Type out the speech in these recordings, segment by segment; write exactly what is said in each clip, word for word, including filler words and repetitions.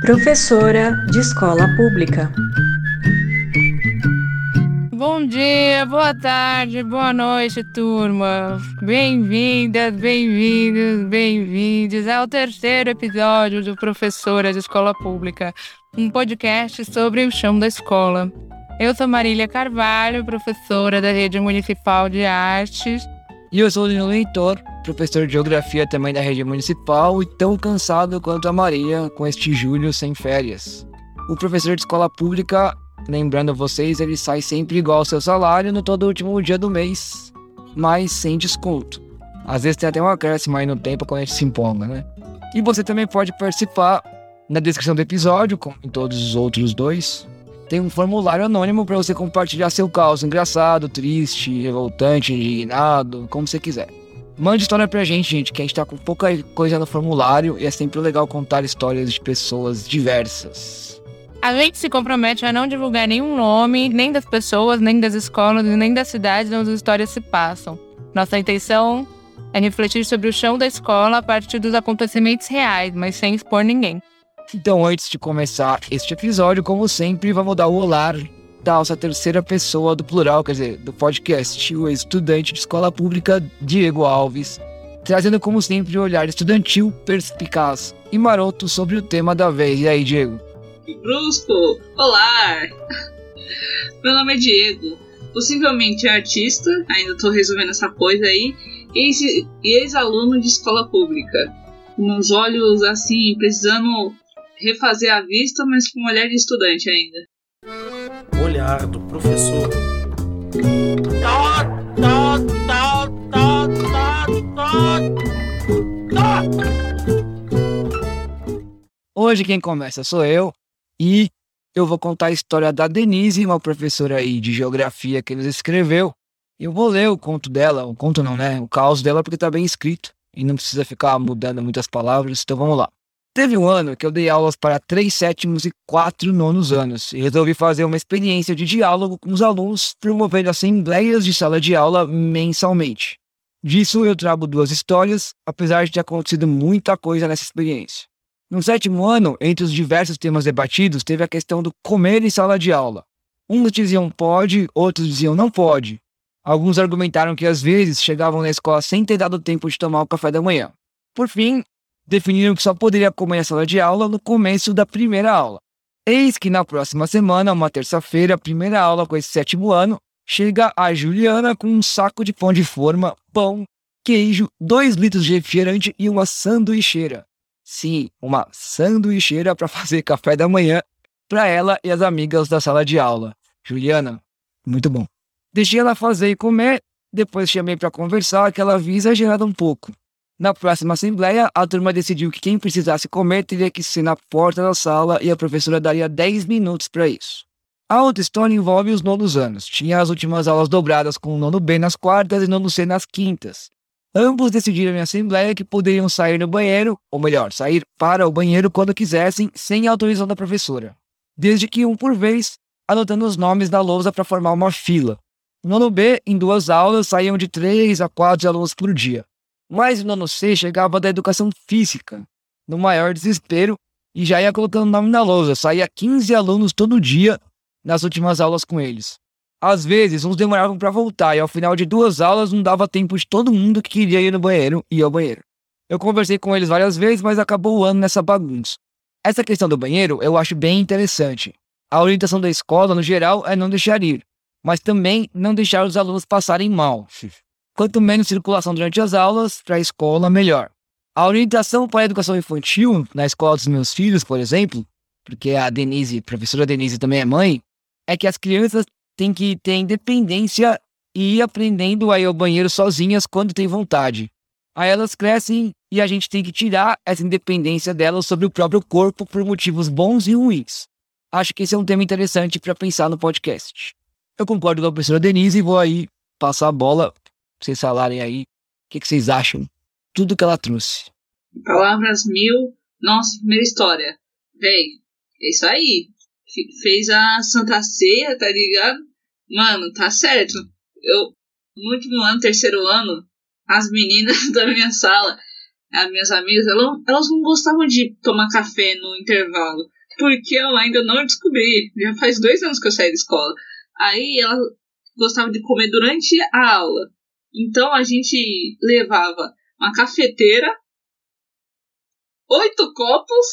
Professora de escola pública. Bom dia, boa tarde, boa noite, turma. Bem-vindas, bem-vindos, bem-vindos ao terceiro episódio do Professora de Escola Pública, um podcast sobre o chão da escola. Eu sou Marília Carvalho, professora da Rede Municipal de Artes. E eu sou o Lino Leitor, professor de Geografia também da Rede Municipal e tão cansado quanto a Maria com este julho sem férias. O professor de escola pública, lembrando vocês, ele sai sempre igual ao seu salário no todo último dia do mês, mas sem desconto. Às vezes tem até um acréscimo aí no tempo quando a gente se empolga, né? E você também pode participar na descrição do episódio, como em todos os outros dois. Tem um formulário anônimo para você compartilhar seu caos engraçado, triste, revoltante, indignado, como você quiser. Mande história pra gente, gente, que a gente tá com pouca coisa no formulário e é sempre legal contar histórias de pessoas diversas. A gente se compromete a não divulgar nenhum nome, nem das pessoas, nem das escolas, nem das cidades onde as histórias se passam. Nossa intenção é refletir sobre o chão da escola a partir dos acontecimentos reais, mas sem expor ninguém. Então, antes de começar este episódio, como sempre, vamos dar o olá da nossa terceira pessoa do plural, quer dizer, do podcast, o estudante de escola pública Diego Alves, trazendo como sempre o olhar estudantil, perspicaz e maroto sobre o tema da vez. E aí, Diego? Que brusco! Olá! Meu nome é Diego, possivelmente artista, ainda tô resolvendo essa coisa aí, e ex-aluno de escola pública, com os olhos assim, precisando refazer a vista, mas com um olhar de estudante ainda. Olhar do professor. Hoje quem começa sou eu, e eu vou contar a história da Denise, uma professora aí de geografia que nos escreveu. Eu vou ler o conto dela, o conto não, né? O caos dela, porque tá bem escrito e não precisa ficar mudando muitas palavras, então vamos lá. Teve um ano que eu dei aulas para três sétimos e quatro nonos anos e resolvi fazer uma experiência de diálogo com os alunos, promovendo assembleias de sala de aula mensalmente. Disso eu trago duas histórias, apesar de ter acontecido muita coisa nessa experiência. No sétimo ano, entre os diversos temas debatidos, teve a questão do comer em sala de aula. Uns diziam pode, outros diziam não pode. Alguns argumentaram que às vezes chegavam na escola sem ter dado tempo de tomar o café da manhã. Por fim, definiram que só poderia comer na sala de aula no começo da primeira aula. Eis que na próxima semana, uma terça-feira, primeira aula com esse sétimo ano, chega a Juliana com um saco de pão de forma, pão, queijo, dois litros de refrigerante e uma sanduicheira. Sim, uma sanduicheira para fazer café da manhã para ela e as amigas da sala de aula. Juliana, muito bom. Deixei ela fazer e comer, depois chamei para conversar que ela havia exagerado um pouco. Na próxima assembleia, a turma decidiu que quem precisasse comer teria que ser na porta da sala e a professora daria dez minutos para isso. A outra história envolve os nonos anos. Tinha as últimas aulas dobradas com o nono B nas quartas e nono C nas quintas. Ambos decidiram em assembleia que poderiam sair no banheiro, ou melhor, sair para o banheiro quando quisessem, sem autorização da professora. Desde que um por vez, anotando os nomes na lousa para formar uma fila. No nono B, em duas aulas, saíam de três a quatro alunos por dia. Mas o nono C chegava da educação física, no maior desespero, e já ia colocando nome na lousa. Saía quinze alunos todo dia nas últimas aulas com eles. Às vezes, uns demoravam para voltar, e ao final de duas aulas não dava tempo de todo mundo que queria ir no banheiro ir ao banheiro. Eu conversei com eles várias vezes, mas acabou o ano nessa bagunça. Essa questão do banheiro eu acho bem interessante. A orientação da escola, no geral, é não deixar ir, mas também não deixar os alunos passarem mal. Quanto menos circulação durante as aulas, para a escola, melhor. A orientação para a educação infantil, na escola dos meus filhos, por exemplo, porque a Denise, a professora Denise também é mãe, é que as crianças têm que ter independência e ir aprendendo a ir ao banheiro sozinhas quando tem vontade. Aí elas crescem e a gente tem que tirar essa independência delas sobre o próprio corpo por motivos bons e ruins. Acho que esse é um tema interessante para pensar no podcast. Eu concordo com a professora Denise e vou aí passar a bola vocês falarem aí o que, que vocês acham, tudo que ela trouxe. Palavras mil, nossa, primeira história. Véi, é isso aí. F- fez a Santa Ceia, tá ligado? Mano, tá certo. Eu, no último ano, terceiro ano, as meninas da minha sala, as minhas amigas, elas, elas não gostavam de tomar café no intervalo, porque eu ainda não descobri. Já faz dois anos que eu saí da escola. Aí elas gostavam de comer durante a aula. Então a gente levava uma cafeteira, oito copos.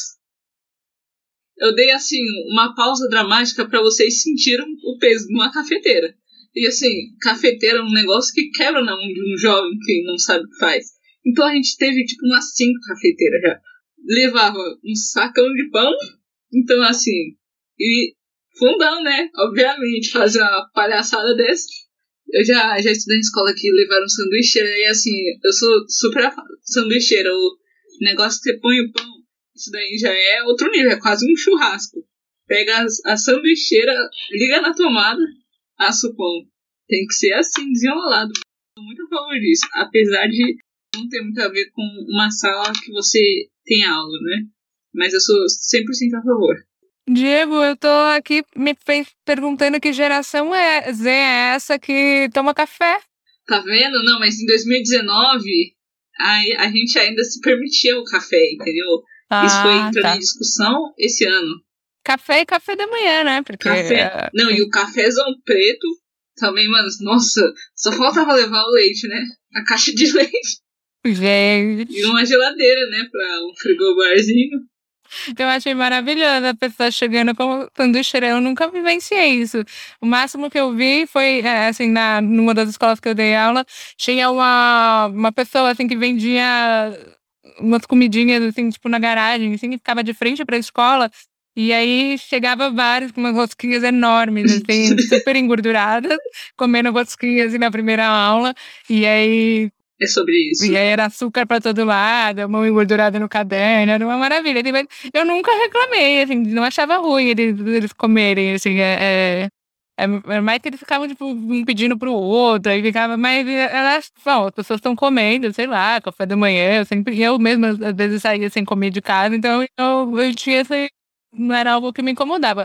Eu dei assim uma pausa dramática para vocês sentirem o peso de uma cafeteira. E assim, cafeteira é um negócio que quebra na mão de um jovem que não sabe o que faz. Então a gente teve tipo umas cinco cafeteiras já. Levava um sacão de pão. Então assim, e fundão, né? Obviamente, fazer uma palhaçada dessa. Eu já, já estudei em escola que levaram sanduícheira. E assim, eu sou super sanduícheira. O negócio que você põe o pão, isso daí já é outro nível. É quase um churrasco. Pega a, a sanduícheira, liga na tomada, assa o pão. Tem que ser assim, desenrolado. Sou muito a favor disso. Apesar de não ter muito a ver com uma sala que você tem aula, né? Mas eu sou cem por cento a favor. Diego, eu tô aqui me perguntando que geração é Z é essa que toma café. Tá vendo? Não, mas em dois mil e dezenove a, a gente ainda se permitia o café, entendeu? Ah, Isso foi entrando tá. em discussão esse ano. Café e café da manhã, né? Porque Café. Não, e o cafezão preto também, mano. Nossa, só faltava levar o leite, né? A caixa de leite. Gente. E uma geladeira, né? Pra um frigobarzinho. Eu achei maravilhoso a pessoa chegando como sanduícheira. Eu nunca vivenciei isso. O máximo que eu vi foi, é, assim, na, numa das escolas que eu dei aula, tinha uma, uma pessoa, assim, que vendia umas comidinhas, assim, tipo, na garagem, assim, que ficava de frente pra escola. E aí chegava vários com umas rosquinhas enormes, assim, super engorduradas, comendo rosquinhas, assim, na primeira aula. E aí... É sobre isso. E aí era açúcar pra todo lado, mão engordurada no caderno, era uma maravilha. Eu nunca reclamei, assim, não achava ruim eles, eles comerem, assim, é, é, é mais que eles ficavam, tipo, um pedindo pro outro, aí ficava, mas elas, bom, as pessoas estão comendo, sei lá, café da manhã, eu sempre, eu mesma, às vezes, saía sem comer de casa, então eu, eu tinha esse, não era algo que me incomodava.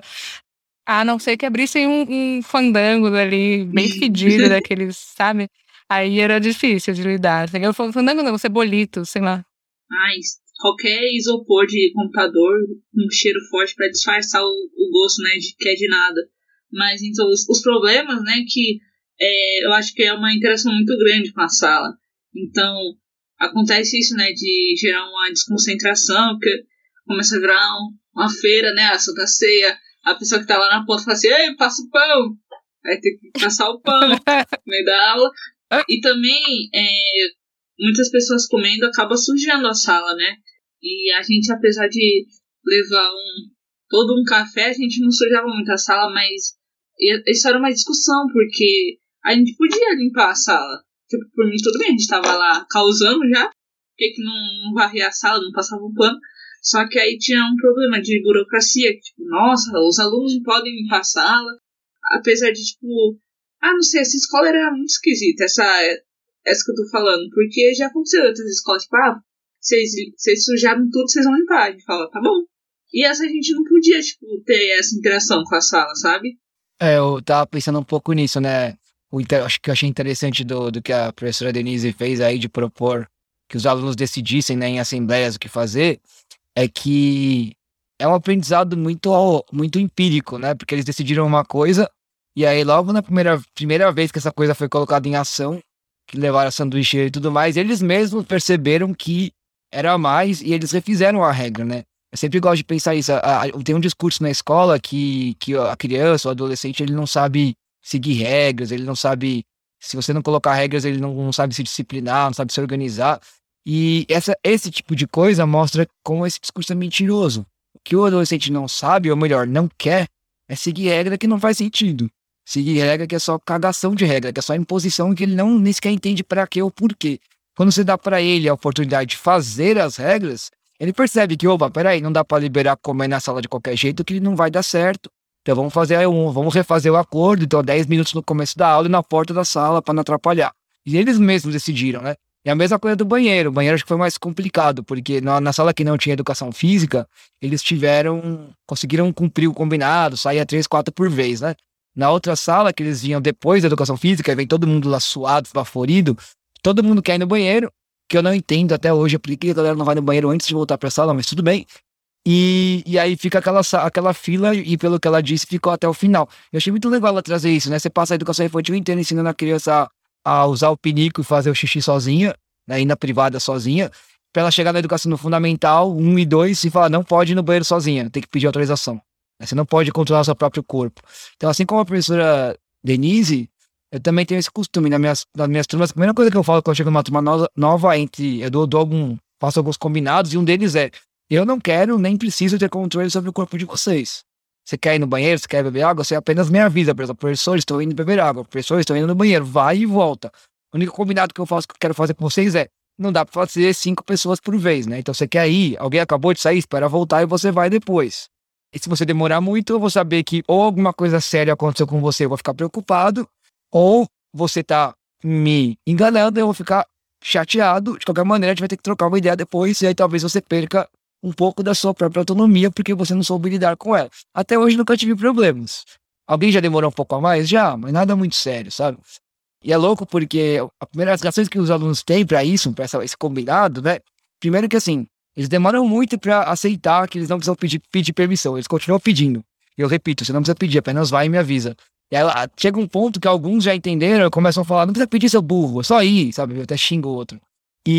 A não ser que abrissem um, um fandango ali, bem fedido, daqueles, sabe? Aí era difícil de lidar. Eu falo, fandango não, cebolito, sei lá. Ai, qualquer isopor de computador com um cheiro forte pra disfarçar o, o gosto, né, de que é de nada. Mas então, os, os problemas, né, que é, eu acho que é uma interação muito grande com a sala. Então, acontece isso, né, de gerar uma desconcentração, porque começa a virar um, uma feira, né, a Santa Ceia. A pessoa que tá lá na ponta fala assim, ei, passa o pão. Aí tem que passar o pão no meio da aula. E também, é, muitas pessoas comendo acaba sujando a sala, né? E a gente, apesar de levar um, todo um café, a gente não sujava muito a sala, mas isso era uma discussão, porque a gente podia limpar a sala. Tipo, por mim, tudo bem, a gente tava lá causando já, por que que não, não varria a sala, não passava um pano? Só que aí tinha um problema de burocracia, que, tipo, nossa, os alunos não podem limpar a sala, apesar de, tipo... Ah, não sei, essa escola era muito esquisita, essa, essa que eu tô falando, porque já aconteceu em outras escolas, tipo, ah, vocês, vocês sujaram tudo, vocês vão limpar. A gente fala, tá bom. E essa a gente não podia, tipo, ter essa interação com a sala, sabe? É, eu tava pensando um pouco nisso, né? O inter... Acho que eu achei interessante do, do que a professora Denise fez aí de propor que os alunos decidissem, né, em assembleias o que fazer, é que é um aprendizado muito, muito empírico, né? Porque eles decidiram uma coisa. E aí, logo na primeira, primeira vez que essa coisa foi colocada em ação, que levaram a sanduíche e tudo mais, eles mesmos perceberam que era mais e eles refizeram a regra, né? Eu sempre gosto de pensar isso. A, a, tem um discurso na escola que, que a criança, o adolescente, ele não sabe seguir regras, ele não sabe... Se você não colocar regras, ele não, não sabe se disciplinar, não sabe se organizar. E essa, esse tipo de coisa mostra como esse discurso é mentiroso. O que o adolescente não sabe, ou melhor, não quer, é seguir regra que não faz sentido. Seguir regra que é só cagação de regra, que é só imposição que ele não nem sequer entende pra quê ou por quê. Quando você dá pra ele a oportunidade de fazer as regras, ele percebe que, opa, peraí, não dá pra liberar comer na sala de qualquer jeito, que não vai dar certo. Então vamos fazer um, vamos refazer o acordo, então dez minutos no começo da aula e na porta da sala pra não atrapalhar. E eles mesmos decidiram, né? E a mesma coisa do banheiro. O banheiro acho que foi mais complicado, porque na, na sala que não tinha educação física, eles tiveram, conseguiram cumprir o combinado, saía três, quatro por vez, né? Na outra sala, que eles vinham depois da educação física, vem todo mundo lá suado, esbaforido, todo mundo quer ir no banheiro, que eu não entendo até hoje, por que a galera não vai no banheiro antes de voltar pra sala, mas tudo bem. E, e aí fica aquela, sa- aquela fila, e pelo que ela disse, ficou até o final. Eu achei muito legal ela trazer isso, né? Você passa a educação infantil inteira ensinando a criança a, a usar o pinico e fazer o xixi sozinha, né? Ir na privada sozinha, pra ela chegar na educação no fundamental, um e dois, e falar, não pode ir no banheiro sozinha, tem que pedir autorização. Né? Você não pode controlar o seu próprio corpo. Então, assim como a professora Denise, eu também tenho esse costume nas minhas, nas minhas turmas. A primeira coisa que eu falo quando eu chego numa turma nova, nova entre, eu dou, dou algum, faço alguns combinados, e um deles é, eu não quero nem preciso ter controle sobre o corpo de vocês. Você quer ir no banheiro, você quer beber água, você apenas me avisa, por exemplo, professor, estou indo beber água, professor, estou indo no banheiro, vai e volta. O único combinado que eu faço, que eu quero fazer com vocês é, não dá pra fazer cinco pessoas por vez, né? Então você quer ir, alguém acabou de sair, espera voltar e você vai depois. E se você demorar muito, eu vou saber que ou alguma coisa séria aconteceu com você, eu vou ficar preocupado, ou você tá me enganando, eu vou ficar chateado. De qualquer maneira, a gente vai ter que trocar uma ideia depois, e aí talvez você perca um pouco da sua própria autonomia, porque você não soube lidar com ela. Até hoje nunca tive problemas. Alguém já demorou um pouco a mais? Já, mas nada muito sério, sabe? E é louco porque a primeira das razões que os alunos têm pra isso, pra essa, esse combinado, né? Primeiro que assim, eles demoram muito pra aceitar que eles não precisam pedir, pedir permissão, eles continuam pedindo. E eu repito, você não precisa pedir, apenas vai e me avisa. E aí ah, chega um ponto que alguns já entenderam e começam a falar, não precisa pedir, seu burro, é só ir, sabe? Eu até xingo o outro.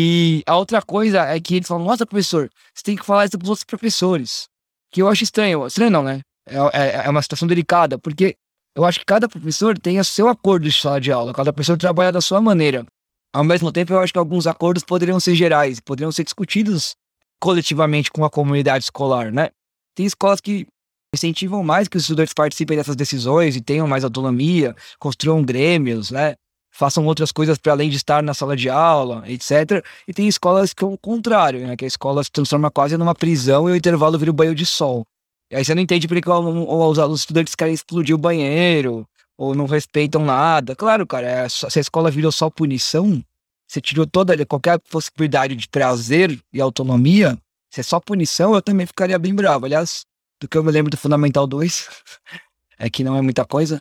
E a outra coisa é que eles falam, nossa, professor, você tem que falar isso pros outros professores. Que eu acho estranho. Estranho não, né? É, é, é uma situação delicada, porque eu acho que cada professor tem o seu acordo de sala de aula, cada professor trabalha da sua maneira. Ao mesmo tempo, eu acho que alguns acordos poderiam ser gerais, poderiam ser discutidos coletivamente com a comunidade escolar, né? Tem escolas que incentivam mais que os estudantes participem dessas decisões e tenham mais autonomia, construam grêmios, né? Façam outras coisas para além de estar na sala de aula, etcétera. E tem escolas que é o contrário, né? Que a escola se transforma quase numa prisão e o intervalo vira o banho de sol. E aí você não entende porque os, os estudantes querem explodir o banheiro, ou não respeitam nada. Claro, cara, é só, se a escola virou só punição, você tirou toda, qualquer possibilidade de prazer e autonomia, se é só punição, eu também ficaria bem bravo. Aliás, do que eu me lembro do Fundamental dois, é que não é muita coisa,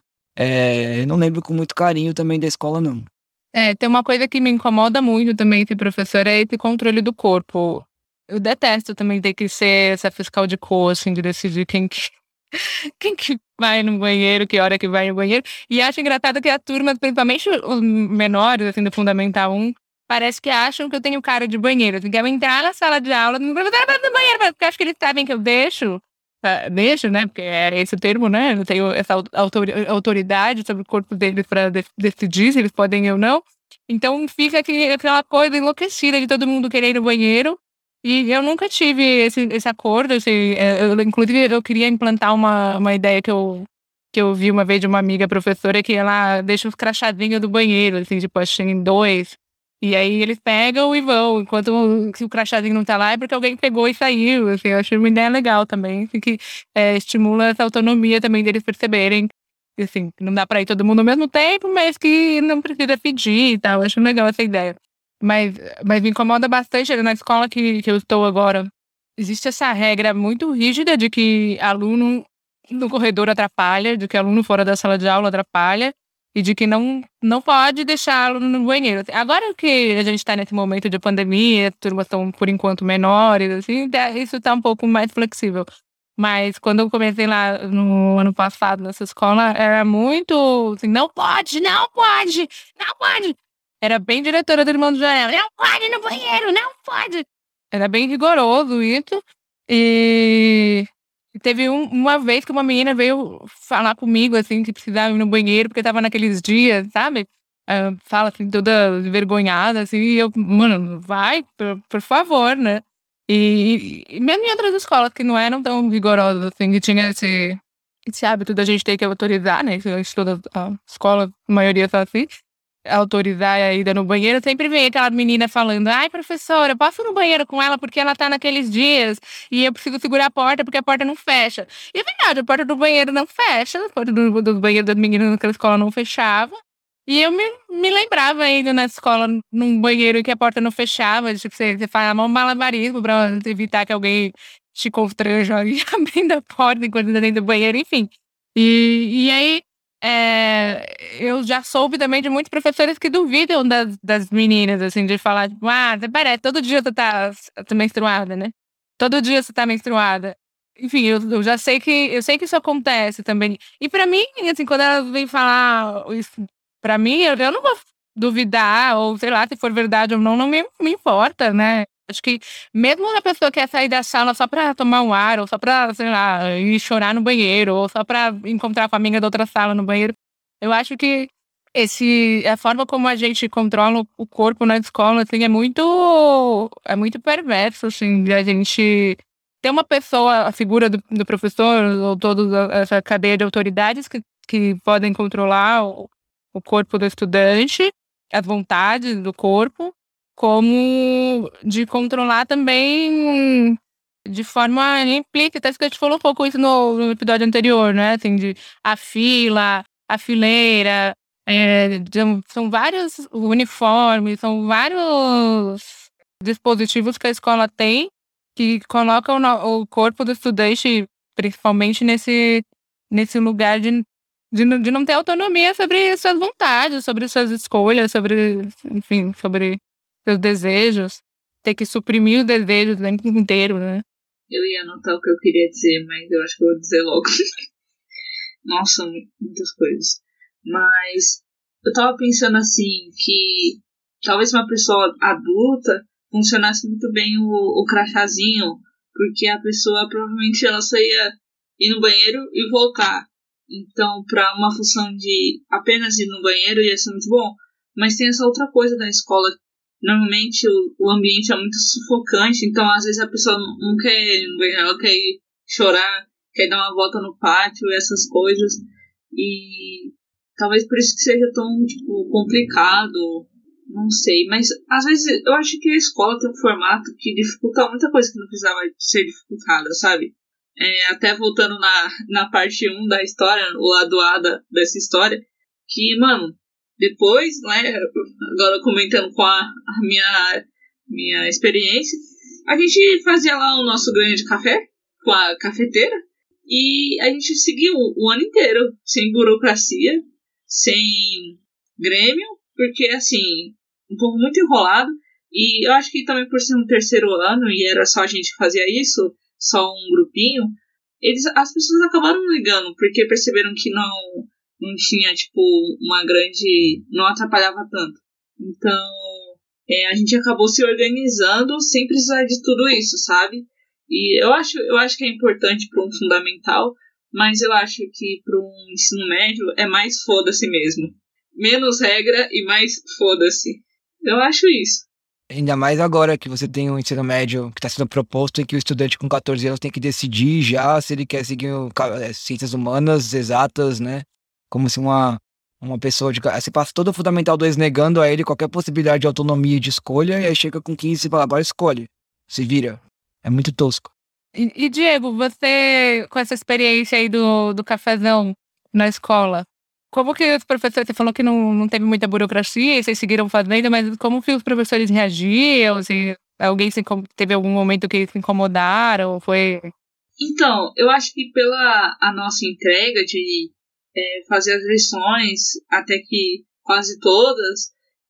é, eu não lembro com muito carinho também da escola, não. É, tem uma coisa que me incomoda muito também esse professor, é esse controle do corpo. Eu detesto também ter que ser essa fiscal de cor, assim, de decidir quem que, quem que vai no banheiro, que hora que vai no banheiro. E acho engraçado que a turma, principalmente os menores, assim, do Fundamental um, parece que acham que eu tenho cara de banheiro. Assim, quero entrar na sala de aula, não professor, vai no banheiro, porque acho que eles sabem que eu deixo. Deixo, né? Porque é esse o termo, né? Eu tenho essa autoridade sobre o corpo deles para de- decidir se eles podem ou não. Então fica aqui aquela coisa enlouquecida de todo mundo querer ir no banheiro. E eu nunca tive esse, esse acordo. Esse, eu, inclusive, eu queria implantar uma, uma ideia que eu, que eu vi uma vez de uma amiga professora, que ela deixa os crachadinhos do banheiro, assim, tipo, acho que em dois. E aí eles pegam e vão, enquanto se o crachadinho não tá lá é porque alguém pegou e saiu, assim, eu achei uma ideia legal também, assim, que é, estimula essa autonomia também deles perceberem que, assim, não dá pra ir todo mundo ao mesmo tempo, mas que não precisa pedir e tal, eu acho legal essa ideia. Mas, mas me incomoda bastante na escola que, que eu estou agora, existe essa regra muito rígida de que aluno no corredor atrapalha, de que aluno fora da sala de aula atrapalha, e de que não, não pode deixá-lo no banheiro. Agora que a gente está nesse momento de pandemia, as turmas estão, por enquanto, menores, assim, isso está um pouco mais flexível. Mas quando eu comecei lá no ano passado, nessa escola, era muito assim, não pode, não pode, não pode. Era bem diretora do Irmão do Jorel, não pode ir no banheiro, não pode. Era bem rigoroso isso. E... Teve um, uma vez que uma menina veio falar comigo, assim, que precisava ir no banheiro, porque tava naqueles dias, sabe? Uh, fala, assim, toda envergonhada, assim, e eu, mano, vai, por, por favor, né? E, e mesmo em outras escolas que não eram tão rigorosas, assim, que tinha esse, esse hábito da gente ter que autorizar, né? Isso, toda a escola, a maioria tá assim, autorizar a ida no banheiro, sempre vem aquela menina falando, ai, professora, eu posso ir no banheiro com ela porque ela tá naqueles dias e eu preciso segurar a porta porque a porta não fecha. E é verdade, a porta do banheiro não fecha, a porta do, do banheiro das meninas naquela escola não fechava. E eu me, me lembrava ainda na escola, num banheiro que a porta não fechava, tipo, você, você faz um malabarismo pra evitar que alguém te constranja e abrindo a porta enquanto tá dentro do banheiro, enfim. E, e aí, é, eu já soube também de muitos professores que duvidam das, das meninas, assim, de falar, tipo, ah, você parece, todo dia você tá, tá menstruada, né? Todo dia você tá menstruada. Enfim, eu, eu já sei que, eu sei que isso acontece também. E pra mim, assim, quando ela vem falar isso pra mim, eu, eu não vou duvidar, ou sei lá, se for verdade ou não, não me, me importa, né? Acho que mesmo a pessoa quer sair da sala só pra tomar um ar, ou só pra, sei lá, ir chorar no banheiro, ou só pra encontrar com a amiga da outra sala no banheiro, eu acho que esse, a forma como a gente controla o- o corpo na escola, assim, é muito, é muito perverso, assim, de a gente ter uma pessoa, a figura do, do professor, ou toda essa cadeia de autoridades que, que podem controlar o, o corpo do estudante, as vontades do corpo, como de controlar também de forma implícita. Acho que a gente falou um pouco isso no, no episódio anterior, né? Assim, de a fila, a fileira, é, de- são vários uniformes, são vários dispositivos que a escola tem que colocam o, no- o corpo do estudante, principalmente nesse, nesse lugar de, de, não- de não ter autonomia sobre suas vontades, sobre suas escolhas, sobre, enfim, sobre seus desejos, ter que suprimir os desejos o tempo inteiro, né? Eu ia anotar o que eu queria dizer, mas eu acho que eu vou dizer logo. Nossa, mu- muitas coisas. Mas eu tava pensando assim que talvez uma pessoa adulta funcionasse muito bem o, o crachazinho, porque a pessoa provavelmente ela só ia ir no banheiro e voltar. Então, para uma função de apenas ir no banheiro ia ser muito bom. Mas tem essa outra coisa da escola. Normalmente o, o ambiente é muito sufocante, então às vezes a pessoa não, não quer ir no banheiro, ela quer ir chorar, quer dar uma volta no pátio, essas coisas. E talvez por isso que seja tão, tipo, complicado, não sei. Mas às vezes eu acho que a escola tem um formato que dificulta muita coisa que não precisava ser dificultada, sabe? É, até voltando na, na parte um da história, o lado A da, dessa história, que, mano, depois, né, agora comentando com a, a minha, minha experiência, a gente fazia lá o nosso ganho de café com a cafeteira e a gente seguiu o ano inteiro, sem burocracia, sem Grêmio, porque, assim, um povo muito enrolado. E eu acho que também por ser um terceiro ano e era só a gente que fazia isso, só um grupinho, eles, as pessoas acabaram ligando, porque perceberam que não, não tinha, tipo, uma grande... não atrapalhava tanto. Então, é, a gente acabou se organizando sem precisar de tudo isso, sabe? E eu acho, eu acho que é importante para um fundamental, mas eu acho que para um ensino médio é mais foda-se mesmo. Menos regra e mais foda-se. Eu acho isso. Ainda mais agora que você tem um ensino médio que está sendo proposto e que o estudante com catorze anos tem que decidir já se ele quer seguir o ca- eh, ciências humanas, exatas, né? Como se uma, uma pessoa de... ca- Você passa todo o Fundamental dois negando a ele qualquer possibilidade de autonomia e de escolha, e aí chega com quinze e fala, agora escolhe. Se vira. É muito tosco. E, e, Diego, você, com essa experiência aí do, do cafezão na escola, como que os professores, você falou que não, não teve muita burocracia e vocês seguiram fazendo, mas como que os professores reagiam? Se alguém se, incom- teve algum momento que se incomodaram? Foi. Então, eu acho que pela a nossa entrega de é, fazer as lições, até que quase todas,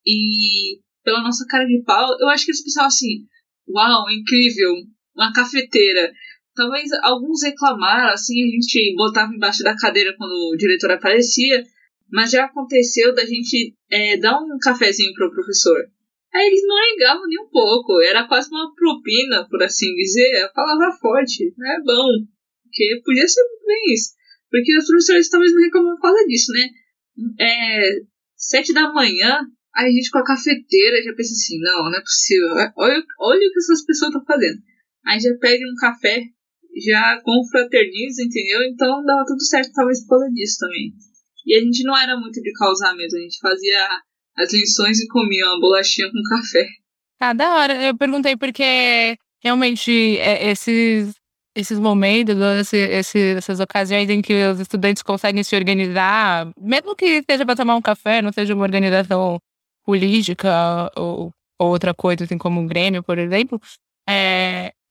e pela nossa cara de pau, eu acho que eles pensavam assim, uau, incrível, uma cafeteira. Talvez alguns reclamaram, assim, a gente botava embaixo da cadeira quando o diretor aparecia, mas já aconteceu da gente é, dar um cafezinho pro professor. Aí eles não ligavam nem um pouco, era quase uma propina, por assim dizer, a palavra forte, é bom, porque podia ser muito bem isso, porque os professores talvez não reclamam por causa disso, né? É, sete da manhã, aí a gente com a cafeteira já pensa assim, não, não é possível, olha, olha o que essas pessoas estão fazendo. Aí já pede um café, já confraterniza, entendeu? Então dava tudo certo, talvez por causa disso também. E a gente não era muito de causar mesmo, a gente fazia as lições e comia uma bolachinha com café. Ah, da hora. Eu perguntei porque realmente é, esses, esses momentos, ou esse, esse- essas ocasiões em que os estudantes conseguem se organizar, mesmo que seja para tomar um café, não seja uma organização política ou, ou outra coisa, assim como um Grêmio, por exemplo, é,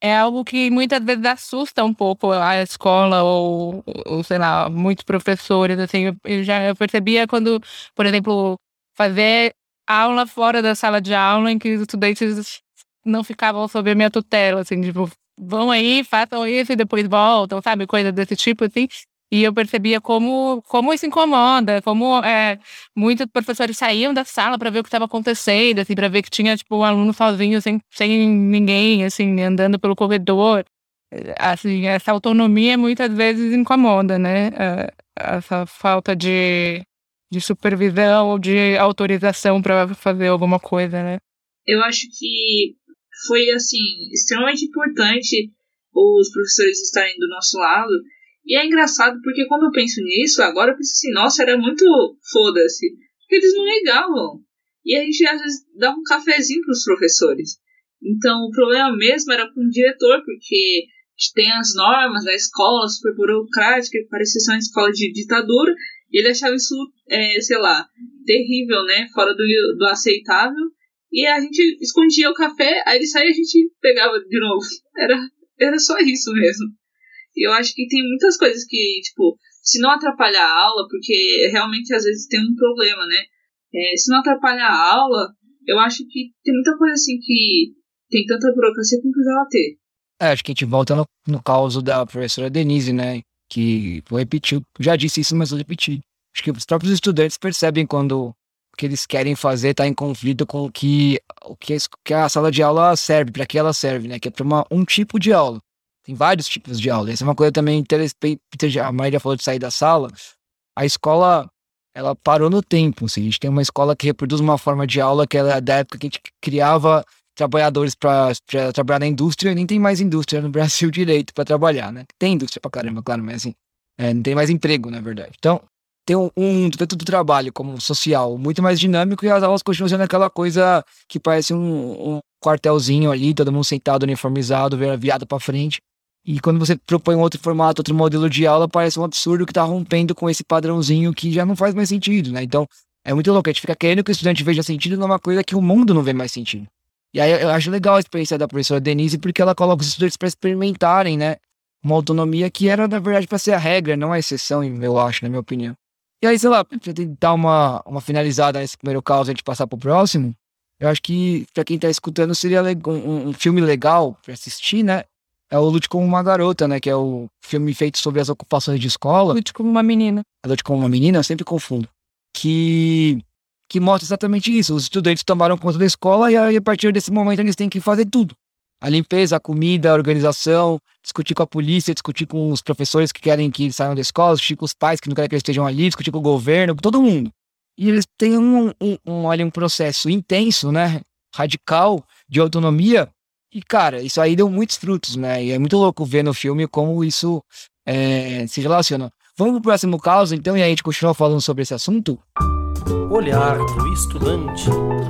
é algo que muitas vezes assusta um pouco a escola ou, ou sei lá, muitos professores, assim, eu, eu já eu percebia quando, por exemplo, fazer aula fora da sala de aula em que os estudantes não ficavam sob a minha tutela, assim, tipo, vão aí, façam isso e depois voltam, sabe, coisa desse tipo, assim. E eu percebia como, como isso incomoda, como é, muitos professores saíam da sala para ver o que estava acontecendo, assim, para ver que tinha, tipo, um aluno sozinho, sem, sem ninguém, assim, andando pelo corredor. Eh, Assim, essa autonomia muitas vezes incomoda, né? Eh, Essa falta de, de supervisão ou de autorização para fazer alguma coisa, né? Eu acho que foi, assim, extremamente importante os professores estarem do nosso lado. E é engraçado porque quando eu penso nisso, agora eu penso assim, nossa, era muito foda-se. Porque eles não ligavam. E a gente às vezes dava um cafezinho pros professores. Então o problema mesmo era com o diretor, porque tem as normas da escola super burocrática, que parecia ser uma escola de ditadura. E ele achava isso, é, sei lá, terrível, né? Fora do, do aceitável. E a gente escondia o café, aí ele saía e a gente pegava de novo. Era, era só isso mesmo. E eu acho que tem muitas coisas que, tipo, se não atrapalhar a aula, porque realmente às vezes tem um problema, né? É, se não atrapalhar a aula, eu acho que tem muita coisa assim que tem tanta burocracia que não precisava ter. É, acho que a gente volta no, no caso da professora Denise, né? Que vou repetir, já disse isso, mas vou repetir. Acho que os próprios estudantes percebem quando o que eles querem fazer está em conflito com o que, o que, a, que a sala de aula serve, para que ela serve, né? Que é para um tipo de aula. Tem vários tipos de aula. Essa é uma coisa também interessante. A Maria falou de sair da sala. A escola, ela parou no tempo. Assim. A gente tem uma escola que reproduz uma forma de aula que era da época que a gente criava trabalhadores para trabalhar na indústria. E nem tem mais indústria no Brasil direito para trabalhar, né? Tem indústria pra caramba, claro, mas assim, é, não tem mais emprego, na verdade. Então, tem um, um tanto do trabalho como social muito mais dinâmico e as aulas continuam sendo aquela coisa que parece um, um quartelzinho ali, todo mundo sentado, uniformizado, virado para frente. E quando você propõe um outro formato, outro modelo de aula, parece um absurdo que tá rompendo com esse padrãozinho que já não faz mais sentido, né? Então, é muito louco. A gente fica querendo que o estudante veja sentido numa coisa que o mundo não vê mais sentido. E aí eu acho legal a experiência da professora Denise, porque ela coloca os estudantes para experimentarem, né? Uma autonomia que era, na verdade, para ser a regra, não a exceção, eu acho, na minha opinião. E aí, sei lá, pra tentar uma, uma finalizada nesse primeiro caso e a gente passar pro próximo, eu acho que, pra quem tá escutando, seria um, um filme legal pra assistir, né? É o Lute Como Uma Garota, né? Que é o filme feito sobre as ocupações de escola. Lute Como Uma Menina. A Lute Como Uma Menina, eu sempre confundo. Que, que mostra exatamente isso. Os estudantes tomaram conta da escola e aí, a partir desse momento eles têm que fazer tudo. A limpeza, a comida, a organização, discutir com a polícia, discutir com os professores que querem que saiam da escola, discutir com os pais que não querem que eles estejam ali, discutir com o governo, com todo mundo. E eles têm um, um, um, olha, um processo intenso, né? Radical, de autonomia. E, cara, isso aí deu muitos frutos, né? E é muito louco ver no filme como isso é, se relaciona. Vamos pro próximo caso, então, e aí a gente continua falando sobre esse assunto? Olhar do estudante.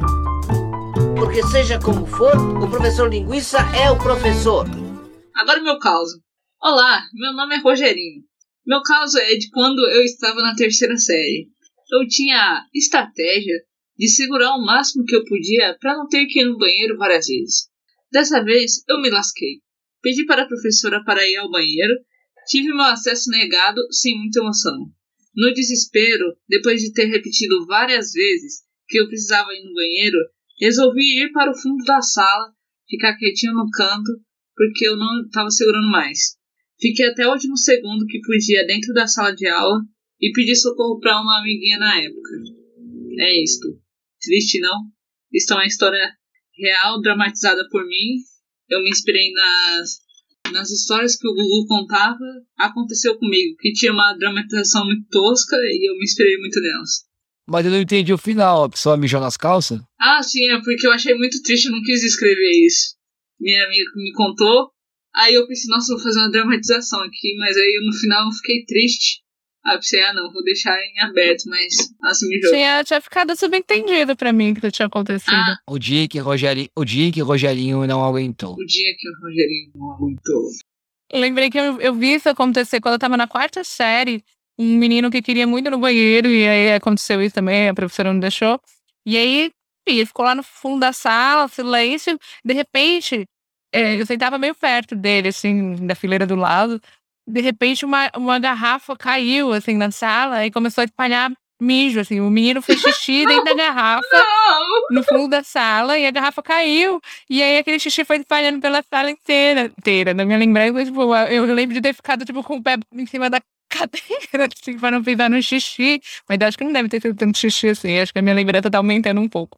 Porque seja como for, o professor linguiça é o professor. Agora meu caso. Olá, meu nome é Rogerinho. Meu caso é de quando eu estava na terceira série. Eu tinha a estratégia de segurar o máximo que eu podia para não ter que ir no banheiro várias vezes. Dessa vez, eu me lasquei. Pedi para a professora para ir ao banheiro, tive meu acesso negado sem muita emoção. No desespero, depois de ter repetido várias vezes que eu precisava ir no banheiro, resolvi ir para o fundo da sala, ficar quietinho no canto, porque eu não estava segurando mais. Fiquei até o último segundo que podia dentro da sala de aula e pedi socorro para uma amiguinha na época. É isto. Triste, não? Isso é uma história real, dramatizada por mim. Eu me inspirei nas, nas histórias que o Gugu contava. Aconteceu comigo, que tinha uma dramatização muito tosca e eu me inspirei muito nelas. Mas eu não entendi o final, a pessoa mijou nas calças? Ah, sim, é porque eu achei muito triste, eu não quis escrever isso. Minha amiga me contou, aí eu pensei, nossa, vou fazer uma dramatização aqui, mas aí no final eu fiquei triste. Ah, eu pensei, ah não, vou deixar em aberto, mas assim mijou. Tinha, tinha ficado subentendido pra mim que tinha acontecido. Ah. O dia que Rogerinho, o dia que Rogerinho não aguentou. O dia que o Rogerinho não aguentou. Eu lembrei que eu, eu vi isso acontecer quando eu tava na quarta série. Um menino que queria muito ir no banheiro, e aí aconteceu isso também, a professora não deixou. E aí, ele ficou lá no fundo da sala, silêncio, de repente, é, eu sentava meio perto dele, assim, da fileira do lado. De repente, uma, uma garrafa caiu, assim, na sala e começou a espalhar mijo, assim. O menino fez xixi dentro da garrafa, Não! no fundo da sala, e a garrafa caiu. E aí, aquele xixi foi espalhando pela sala inteira. inteira. Na minha lembrança, tipo, eu lembro de ter ficado, tipo, com o pé em cima da cadeira, assim, para não pisar no xixi. Mas acho que não deve ter sido tanto xixi, assim. Acho que a minha lembrança tá aumentando um pouco.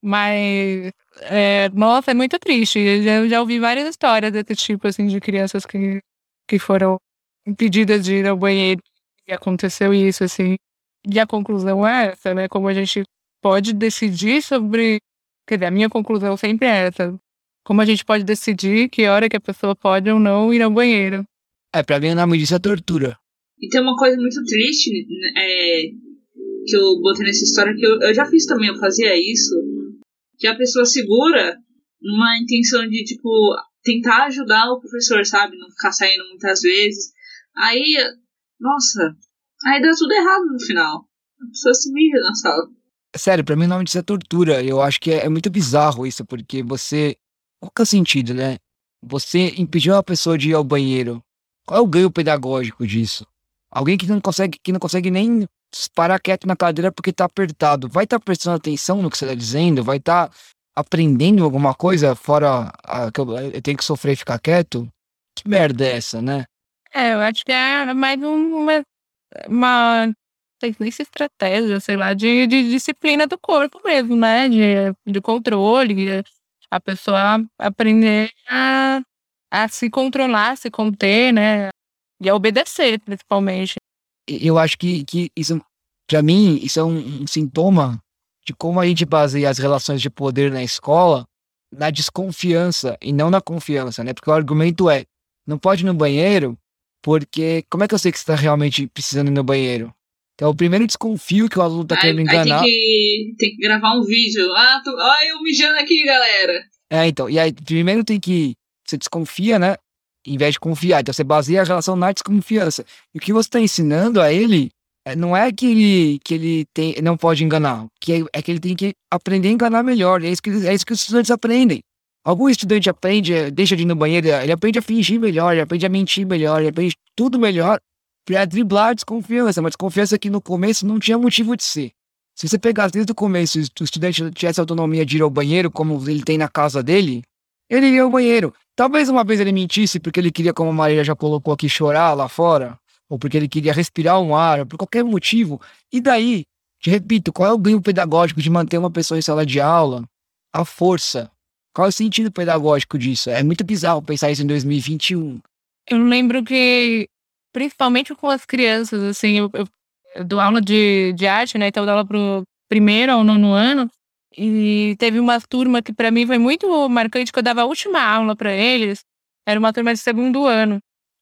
Mas, é, nossa, é muito triste. Eu já, eu já ouvi várias histórias desse tipo, assim, de crianças que, que foram impedidas de ir ao banheiro e aconteceu isso, assim. E a conclusão é essa, né? Como a gente pode decidir sobre... Quer dizer, a minha conclusão sempre é essa. Como a gente pode decidir que hora que a pessoa pode ou não ir ao banheiro. É, pra mim o nome disso é tortura. E tem uma coisa muito triste, é, que eu botei nessa história, que eu, eu já fiz também, eu fazia isso, que a pessoa segura numa intenção de, tipo, tentar ajudar o professor, sabe? Não ficar saindo muitas vezes. Aí, nossa, aí dá tudo errado no final. A pessoa se mija na sala. Sério, pra mim o nome disso é tortura. Eu acho que é, é muito bizarro isso, porque você... Qual que é o sentido, né? Você impediu uma pessoa de ir ao banheiro. Qual é o ganho pedagógico disso? Alguém que não consegue, que não consegue nem parar quieto na cadeira porque tá apertado. Vai estar tá prestando atenção no que você tá dizendo? Vai estar tá aprendendo alguma coisa fora a, que eu, eu tenho que sofrer e ficar quieto? Que merda é essa, né? É, eu acho que é mais um- uma, uma não sei nem se estratégia, sei lá, de, de disciplina do corpo mesmo, né? De, de controle, de a pessoa aprender a, a se controlar, a se conter, né? E a obedecer, principalmente. E eu acho que, que isso, pra mim, isso é um, um sintoma de como a gente baseia as relações de poder na escola na desconfiança e não na confiança, né? Porque o argumento é, não pode ir no banheiro porque como é que eu sei que você está realmente precisando ir no banheiro? Então, o primeiro desconfio que o aluno tá Aí, querendo aí enganar... tem, que, tem que gravar um vídeo. Ah, tô, olha eu mijando aqui, galera. É, então, e aí primeiro tem que... Você desconfia, né? Em vez de confiar. Então, você baseia a relação na desconfiança. E o que você está ensinando a ele é, não é que ele, que ele tem, não pode enganar. Que é, é que ele tem que aprender a enganar melhor. É isso que, é isso que os estudantes aprendem. Algum estudante aprende, eh, deixa de ir no banheiro, ele aprende a fingir melhor, ele aprende a mentir melhor, ele aprende tudo melhor para driblar a desconfiança. Uma desconfiança que no começo não tinha motivo de ser. Se você pegasse desde o começo e o estudante tivesse autonomia de ir ao banheiro, como ele tem na casa dele, ele ia ao banheiro. Talvez uma vez ele mentisse porque ele queria, como a Maria já colocou aqui, chorar lá fora, ou porque ele queria respirar um ar, ou por qualquer motivo. E daí, te repito, qual é o ganho pedagógico de manter uma pessoa em sala de aula? A força. Qual é o sentido pedagógico disso? É muito bizarro pensar isso em dois mil e vinte e um. Eu lembro que, principalmente com as crianças, assim, eu, eu, eu dou aula de, de arte, né? Então eu dou aula pro primeiro ao nono ano. E teve uma turma que pra mim foi muito marcante, que eu dava a última aula pra eles. Era uma turma de segundo ano.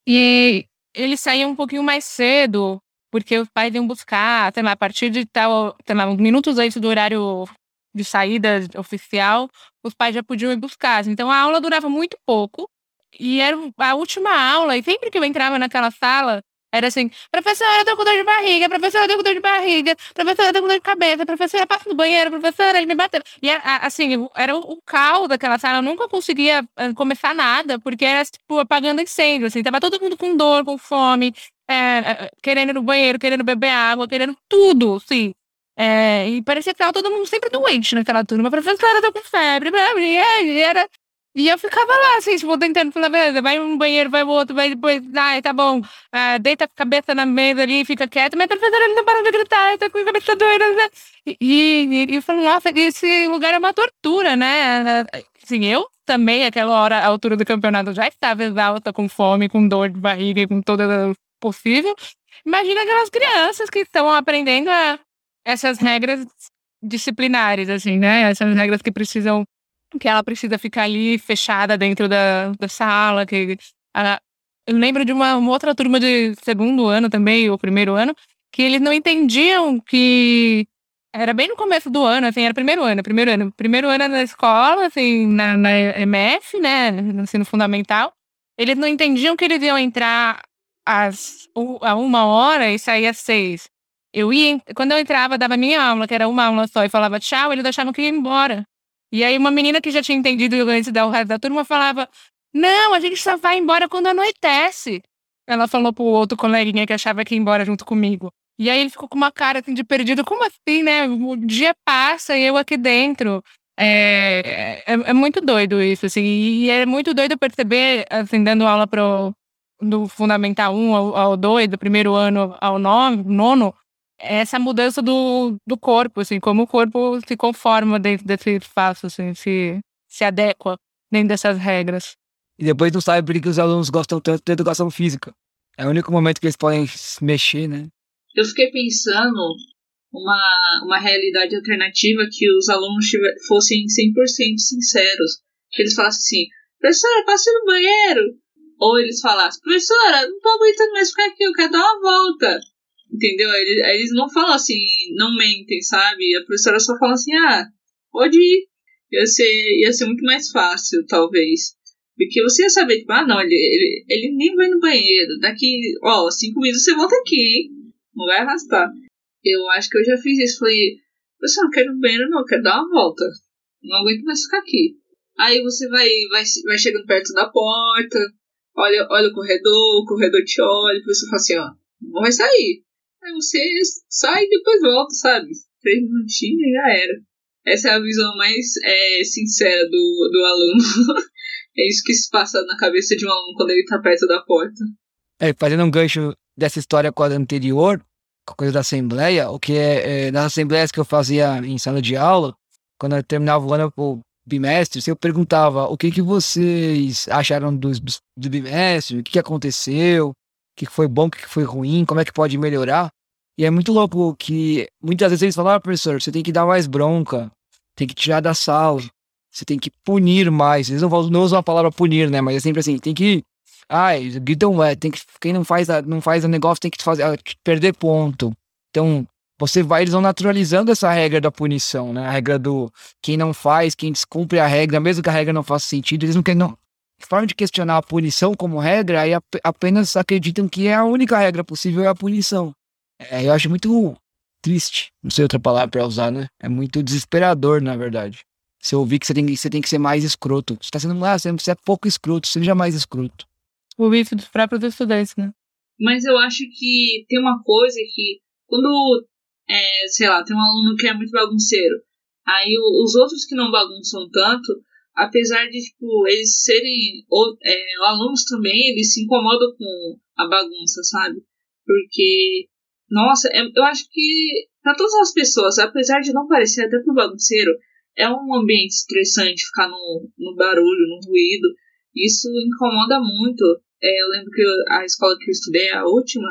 E eles saíam um pouquinho mais cedo, porque os pais iam buscar, sei lá, a partir de tal, sei lá, uns minutos antes do horário de saída oficial, os pais já podiam ir buscar. Então a aula durava muito pouco. E era a última aula, e sempre que eu entrava naquela sala, era assim, professora, eu tô com dor de barriga, professora, eu tô com dor de barriga, professora, eu tô com dor de cabeça, professora, passa no banheiro, professora, ele me bateu. E assim, era o caos daquela sala, eu nunca conseguia começar nada, porque era tipo apagando incêndio, assim, tava todo mundo com dor, com fome, é, querendo ir no banheiro, querendo beber água, querendo tudo, sim. É, e parecia que tava todo mundo sempre doente naquela turma, professora, eu tô com febre, e era... E eu ficava lá, assim, tipo, tentando falar, beleza, vai um banheiro, vai o outro, vai depois, ai, tá bom, ah, deita a cabeça na mesa ali, fica quieto, mas a professora não para de gritar, tá com a cabeça doida, né? E, e, e eu falei, nossa, esse lugar é uma tortura, né? Assim, eu também, aquela hora, a altura do campeonato, já estava exausta, com fome, com dor de barriga, com toda possível. Imagina aquelas crianças que estão aprendendo a, essas regras disciplinares, assim, né? Essas regras que precisam que ela precisa ficar ali fechada dentro da, da sala. Que, a, eu lembro de uma, uma outra turma de segundo ano também, ou primeiro ano, que eles não entendiam que... Era bem no começo do ano, assim, era primeiro ano, primeiro ano. Primeiro ano na escola, assim, na, na M F, né, no ensino fundamental. Eles não entendiam que eles iam entrar às, a uma hora e sair às seis. Eu ia, quando eu entrava, dava minha aula, que era uma aula só, e falava tchau, eles achavam que ia embora. E aí uma menina que já tinha entendido antes da o resto da turma falava, Não, a gente só vai embora quando anoitece. Ela falou pro outro coleguinha que achava que ia embora junto comigo. E aí ele ficou com uma cara assim de perdido. Como assim, né? O dia passa e eu aqui dentro. É, é, é muito doido isso, assim. E é muito doido perceber, assim, dando aula pro, do Fundamental um ao, ao dois, do primeiro ano ao nono, nono, essa mudança do, do corpo, assim, como o corpo se conforma dentro desse espaço, assim, se, se adequa dentro dessas regras. E depois não sabe por que os alunos gostam tanto de educação física. É o único momento que eles podem se mexer, né? Eu fiquei pensando uma, uma realidade alternativa que os alunos tiver, fossem cem por cento sinceros. Que eles falassem assim, professora, passe no banheiro. Ou eles falassem, professora, não tô aguentando mais ficar aqui, eu quero dar uma volta. Entendeu? Eles, eles não falam assim, não mentem, sabe? A professora só fala assim, ah, pode ir. Ia ser, ia ser muito mais fácil, talvez. Porque você ia saber, tipo, ah, não, ele, ele, ele nem vai no banheiro. Daqui, ó, cinco minutos você volta aqui, hein? Não vai arrastar. Eu acho que eu já fiz isso. Falei, pessoal, não quero ir no banheiro, não, eu quero dar uma volta. Não aguento mais ficar aqui. Aí você vai, vai, vai chegando perto da porta, olha, olha o corredor, o corredor te olha, e você fala assim, ó, não vai sair. Aí você sai e depois volta, sabe? Três minutinhos e já era. Essa é a visão mais é, sincera do, do aluno. É isso que se passa na cabeça de um aluno quando ele tá perto da porta. É, fazendo um gancho dessa história com a anterior, com a coisa da assembleia, o que é, é nas assembleias que eu fazia em sala de aula, quando eu terminava o ano, o bimestre, eu perguntava o que, que vocês acharam do, do, do bimestre, o que, que aconteceu, o que, que foi bom, o que, que foi ruim, como é que pode melhorar. E é muito louco que muitas vezes eles falam, ah, professor, você tem que dar mais bronca, tem que tirar da sala, você tem que punir mais. Eles não, não usam a palavra punir, né? Mas é sempre assim, tem que... Ai, gritam, é, tem que... Quem não faz, a, não faz o negócio tem que fazer, perder ponto. Então, você vai... Eles vão naturalizando essa regra da punição, né? A regra do... Quem não faz, quem descumpre a regra, mesmo que a regra não faça sentido, eles não querem... Não, a forma de questionar a punição como regra, aí ap- apenas acreditam que é a única regra possível é a punição. É, eu acho muito triste, não sei outra palavra pra usar, né? É muito desesperador, na verdade. Você ouvir que você tem, você tem que ser mais escroto. Você tá sendo, ah, você é pouco escroto, seja mais escroto. O isso dos próprios estudantes, né? Mas eu acho que tem uma coisa que, quando, é, sei lá, tem um aluno que é muito bagunceiro, aí o, os outros que não bagunçam tanto, apesar de, tipo, eles serem ou, é, alunos também, eles se incomodam com a bagunça, sabe? Porque, nossa, é, eu acho que pra todas as pessoas, apesar de não parecer até pro bagunceiro, é um ambiente estressante ficar no, no barulho, no ruído. Isso incomoda muito. É, eu lembro que eu, a escola que eu estudei, a última,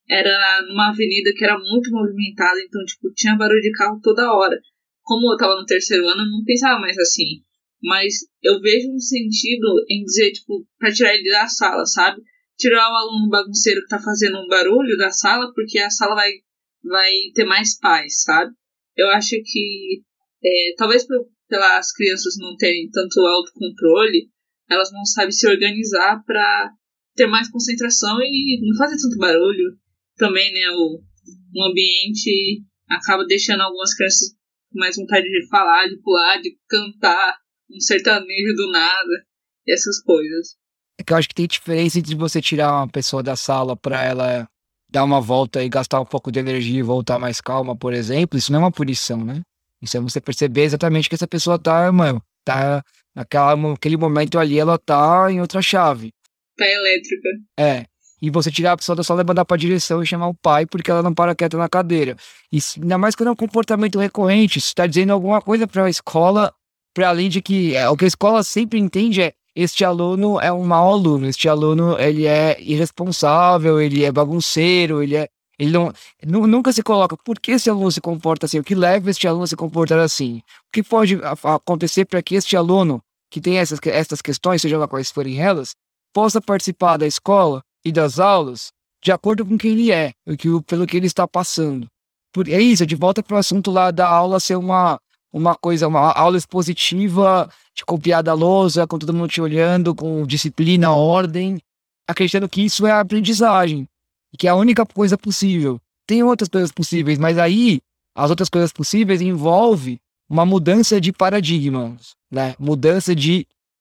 era numa avenida que era muito movimentada, então, tipo, tinha barulho de carro toda hora. Como eu tava no terceiro ano, eu não pensava mais assim. Mas eu vejo um sentido em dizer, tipo, pra tirar ele da sala, sabe? Tirar o aluno bagunceiro que tá fazendo um barulho da sala, porque a sala vai, vai ter mais paz, sabe? Eu acho que É, talvez por, pelas crianças não terem tanto autocontrole, elas não sabem se organizar para ter mais concentração e não fazer tanto barulho. Também, né, o, o ambiente acaba deixando algumas crianças com mais vontade de falar, de pular, de cantar um sertanejo do nada, essas coisas. É que eu acho que tem diferença entre você tirar uma pessoa da sala para ela dar uma volta e gastar um pouco de energia e voltar mais calma, por exemplo. Isso não é uma punição, né? Isso é você perceber exatamente que essa pessoa tá, mano, tá naquela, naquele momento ali, ela tá em outra chave. Tá elétrica. É. E você tirar a pessoa da sala e mandar pra direção e chamar o pai porque ela não para quieta na cadeira. Isso, ainda mais quando é um comportamento recorrente, isso tá dizendo alguma coisa pra escola, pra além de que é, o que a escola sempre entende é este aluno é um mau aluno, este aluno ele é irresponsável, ele é bagunceiro, ele é Ele não, nunca se coloca por que esse aluno se comporta assim, o que leva este aluno a se comportar assim, o que pode a, acontecer para que este aluno, que tem essas, essas questões, seja lá quais forem elas, possa participar da escola e das aulas de acordo com quem ele é, o que, pelo que ele está passando. Por, é isso, de volta para o assunto lá da aula ser uma, uma coisa, uma aula expositiva, de copiar da lousa, com todo mundo te olhando, com disciplina, ordem, acreditando que isso é a aprendizagem. Que é a única coisa possível. Tem outras coisas possíveis, mas aí as outras coisas possíveis envolvem uma mudança de paradigmas, né? Mudança de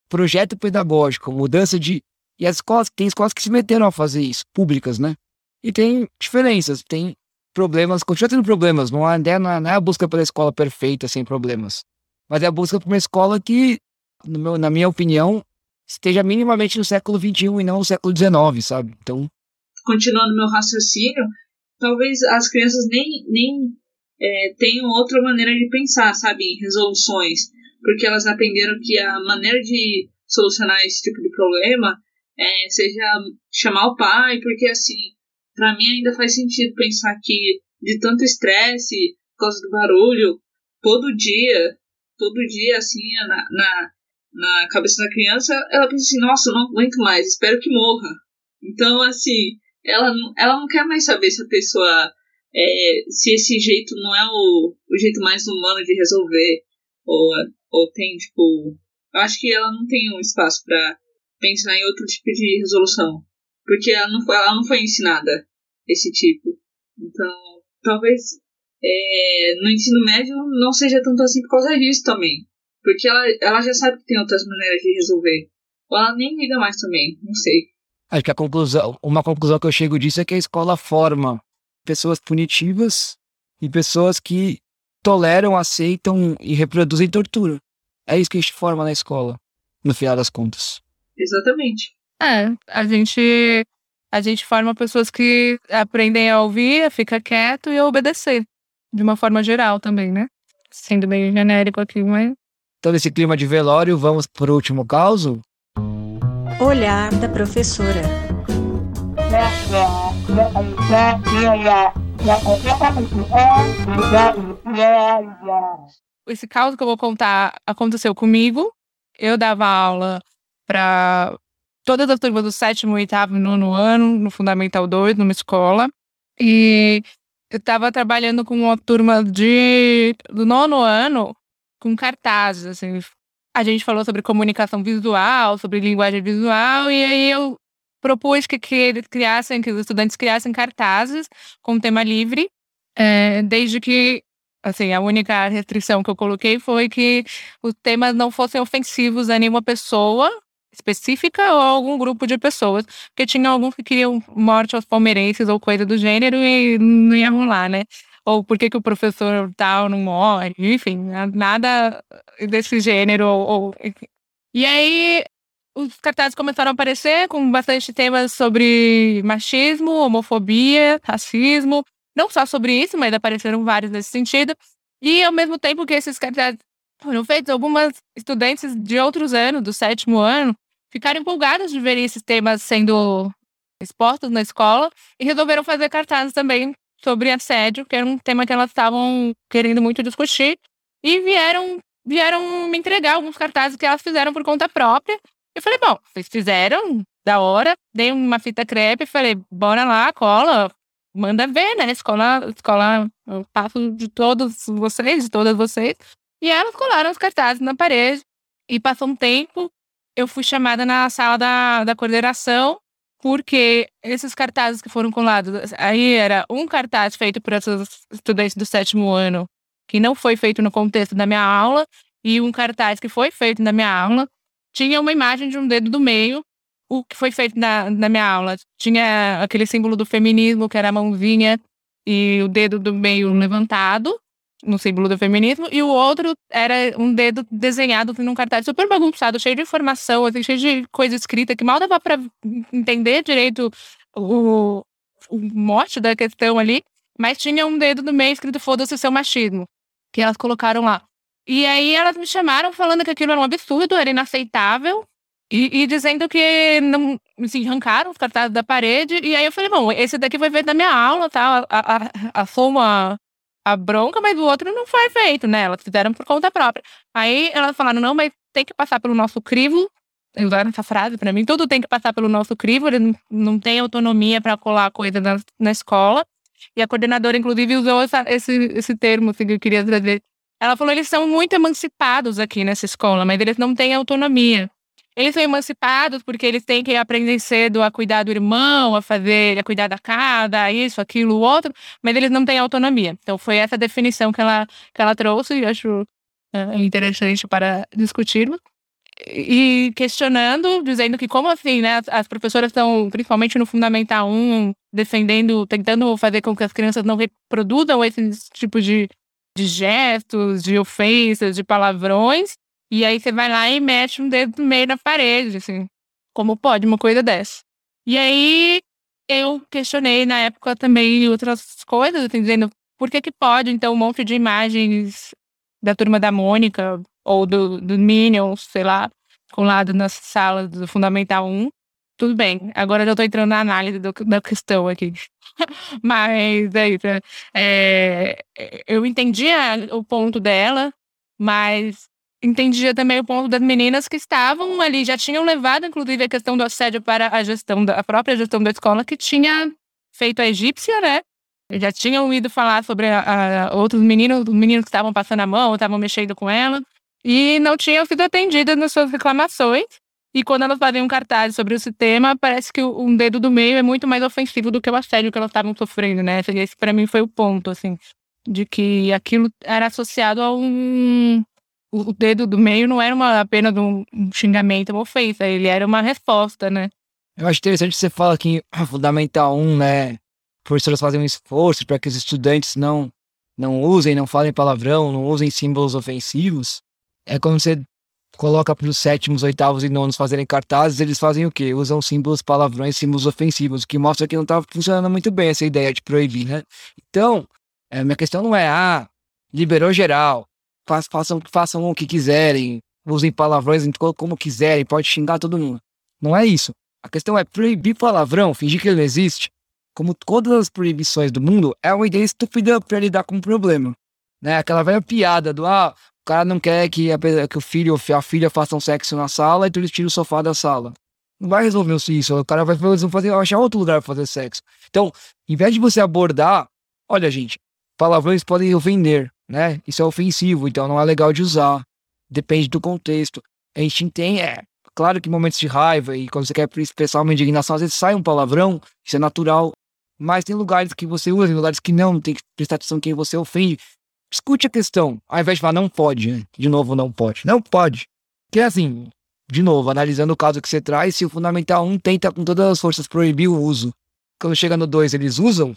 projeto pedagógico, mudança de... E as escolas, tem escolas que se meteram a fazer isso, públicas, né? E tem diferenças, tem problemas, continua tendo problemas, não é, não é a busca pela escola perfeita, sem problemas, mas é a busca por uma escola que, no meu, na minha opinião, esteja minimamente no século vinte e um e não no século dezenove, sabe? Então... Continuando meu raciocínio, talvez as crianças nem, nem é, tenham outra maneira de pensar, sabe, em resoluções, porque elas aprenderam que a maneira de solucionar esse tipo de problema é, seja chamar o pai, porque assim, pra mim ainda faz sentido pensar que de tanto estresse, por causa do barulho, todo dia, todo dia assim, na, na, na cabeça da criança, ela pensa assim, nossa, eu não aguento mais, espero que morra. Então, assim, ela, ela não quer mais saber se a pessoa, é, se esse jeito não é o, o jeito mais humano de resolver, ou, ou tem, tipo, eu acho que ela não tem um espaço pra pensar em outro tipo de resolução, porque ela não foi, ela não foi ensinada esse tipo. Então, talvez é, no ensino médio não seja tanto assim por causa disso também, porque ela, ela já sabe que tem outras maneiras de resolver, ou ela nem liga mais também, não sei. Acho que a conclusão, uma conclusão que eu chego disso é que a escola forma pessoas punitivas e pessoas que toleram, aceitam e reproduzem tortura. É isso que a gente forma na escola, no final das contas. Exatamente. É, a gente, a gente forma pessoas que aprendem a ouvir, a ficar quieto e a obedecer. De uma forma geral também, né? Sendo meio genérico aqui, mas... Então, nesse clima de velório, vamos pro último caso? Olhar da professora. Esse caso que eu vou contar aconteceu comigo. Eu dava aula para todas as turmas do sétimo, oitavo e nono ano, no Fundamental dois, numa escola. E eu estava trabalhando com uma turma de, do nono ano com cartazes, assim. A gente falou sobre comunicação visual, sobre linguagem visual, e aí eu propus que, que eles criassem, que os estudantes criassem cartazes com tema livre, é, desde que, assim, a única restrição que eu coloquei foi que os temas não fossem ofensivos a nenhuma pessoa específica ou a algum grupo de pessoas, porque tinha alguns que queriam morte aos palmeirenses ou coisa do gênero e não ia rolar, né? Ou por que que o professor tal não morre, enfim, nada desse gênero. Ou, ou... E aí os cartazes começaram a aparecer com bastante temas sobre machismo, homofobia, racismo, não só sobre isso, mas apareceram vários nesse sentido. E ao mesmo tempo que esses cartazes foram feitos, algumas estudantes de outros anos, do sétimo ano, ficaram empolgadas de verem esses temas sendo expostos na escola e resolveram fazer cartazes também sobre assédio, que era um tema que elas estavam querendo muito discutir, e vieram, vieram me entregar alguns cartazes que elas fizeram por conta própria. Eu falei, bom, vocês fizeram, da hora, dei uma fita crepe e falei, bora lá, cola, manda ver, né, escola, escola, eu passo de todos vocês, de todas vocês. E elas colaram os cartazes na parede, e passou um tempo, eu fui chamada na sala da, da coordenação, porque esses cartazes que foram colados, aí era um cartaz feito por esses estudantes do sétimo ano, que não foi feito no contexto da minha aula, e um cartaz que foi feito na minha aula, tinha uma imagem de um dedo do meio. O que foi feito na, na minha aula tinha aquele símbolo do feminismo, que era a mãozinha e o dedo do meio levantado, no símbolo do feminismo, e o outro era um dedo desenhado num cartaz super bagunçado, cheio de informação, assim, cheio de coisa escrita, que mal dava pra entender direito o, o mote da questão ali, mas tinha um dedo do meio escrito foda-se seu machismo, que elas colocaram lá. E aí elas me chamaram falando que aquilo era um absurdo, era inaceitável, e, e dizendo que não, assim, arrancaram os cartazes da parede, e aí eu falei, bom, esse daqui foi feito na minha aula, tá, a, a, a soma... a bronca, mas o outro não foi feito, né? Elas fizeram por conta própria. Aí elas falaram, não, mas tem que passar pelo nosso crivo. Usaram essa frase pra mim, tudo tem que passar pelo nosso crivo, ele não, não tem autonomia pra colar coisa na, na escola. E a coordenadora, inclusive, usou essa, esse, esse termo assim, que eu queria trazer. Ela falou, eles são muito emancipados aqui nessa escola, mas eles não têm autonomia. Eles são emancipados porque eles têm que aprender cedo a cuidar do irmão, a fazer, a cuidar da casa, isso, aquilo, o outro, mas eles não têm autonomia. Então foi essa definição que ela, que ela trouxe e acho é, interessante para discutirmos. e questionando, dizendo que como assim, né? As, as professoras estão, principalmente no Fundamental um, defendendo, tentando fazer com que as crianças não reproduzam esses tipos de, de gestos, de ofensas, de palavrões, e aí você vai lá e mete um dedo no meio da parede, assim. Como pode uma coisa dessa? E aí eu questionei na época também outras coisas, assim, dizendo por que que pode, então, um monte de imagens da Turma da Mônica ou do, do Minions, sei lá, colado nas salas do Fundamental um. Tudo bem, agora eu já tô entrando na análise do, da questão aqui. Mas é isso. É, eu entendia o ponto dela, mas entendia também o ponto das meninas que estavam ali, já tinham levado, inclusive, a questão do assédio para a gestão, da, a própria gestão da escola, que tinha feito a egípcia, né? Já tinham ouvido falar sobre a, a, outros meninos, os meninos que estavam passando a mão, estavam mexendo com ela, e não tinham sido atendidas nas suas reclamações. E quando elas faziam um cartaz sobre esse tema, parece que um dedo do meio é muito mais ofensivo do que o assédio que elas estavam sofrendo, né? Esse, para mim, foi o ponto, assim, de que aquilo era associado a um... O dedo do meio não era uma, apenas um, um xingamento, uma ofensa, ele era uma resposta, né? Eu acho interessante que você fala que em Fundamental um, né, professores fazem um esforço para que os estudantes não, não usem, não falem palavrão, não usem símbolos ofensivos. É quando você coloca para os sétimos, oitavos e nonos fazerem cartazes, eles fazem o quê? Usam símbolos, palavrões, símbolos ofensivos, o que mostra que não estava funcionando muito bem essa ideia de proibir, né? Então, a minha questão não é, ah, liberou geral, façam, façam o que quiserem, usem palavrões como quiserem, pode xingar todo mundo. Não é isso. A questão é proibir palavrão, fingir que ele não existe. Como todas as proibições do mundo, é uma ideia estúpida para lidar com um problema. Né? Aquela velha piada do, ah, o cara não quer que, a, que o filho ou a filha façam sexo na sala, então eles tiram o sofá da sala. Não vai resolver isso, o cara vai fazer, fazer, achar outro lugar para fazer sexo. Então, em vez de você abordar, olha gente, palavrões podem ofender, né? Isso é ofensivo, então não é legal de usar. Depende do contexto. A gente entende, é, claro que em momentos de raiva e quando você quer expressar uma indignação, às vezes sai um palavrão, isso é natural. Mas tem lugares que você usa, tem lugares que não, tem que prestar atenção em quem você ofende. Discute a questão, ao invés de falar não pode, né? De novo, não pode. Não pode. Que é assim, de novo, analisando o caso que você traz, se o Fundamental um tenta com todas as forças proibir o uso, quando chega no dois eles usam,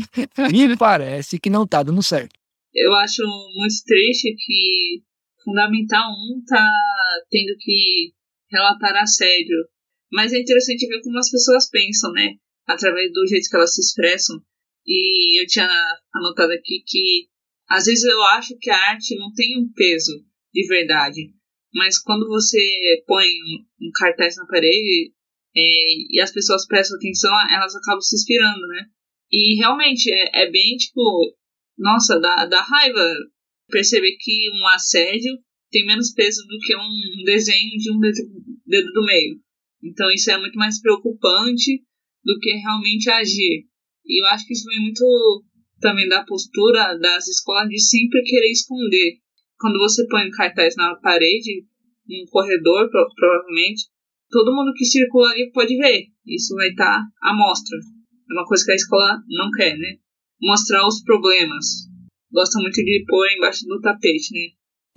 me parece que não tá dando certo. Eu acho muito triste que Fundamental um tá tendo que relatar assédio. Mas é interessante ver como as pessoas pensam, né? Através do jeito que elas se expressam. E eu tinha anotado aqui que às vezes eu acho que a arte não tem um peso de verdade. Mas quando você põe um, um cartaz na parede é, e as pessoas prestam atenção, elas acabam se inspirando, né? E realmente é, é bem tipo... Nossa, dá, dá raiva perceber que um assédio tem menos peso do que um desenho de um dedo, dedo do meio. Então isso é muito mais preocupante do que realmente agir. E eu acho que isso vem muito também da postura das escolas de sempre querer esconder. Quando você põe um cartaz na parede, num corredor, pro, provavelmente, todo mundo que circula ali pode ver. Isso vai estar à mostra. É uma coisa que a escola não quer, né? Mostrar os problemas. Gosta muito de pôr embaixo do tapete, né?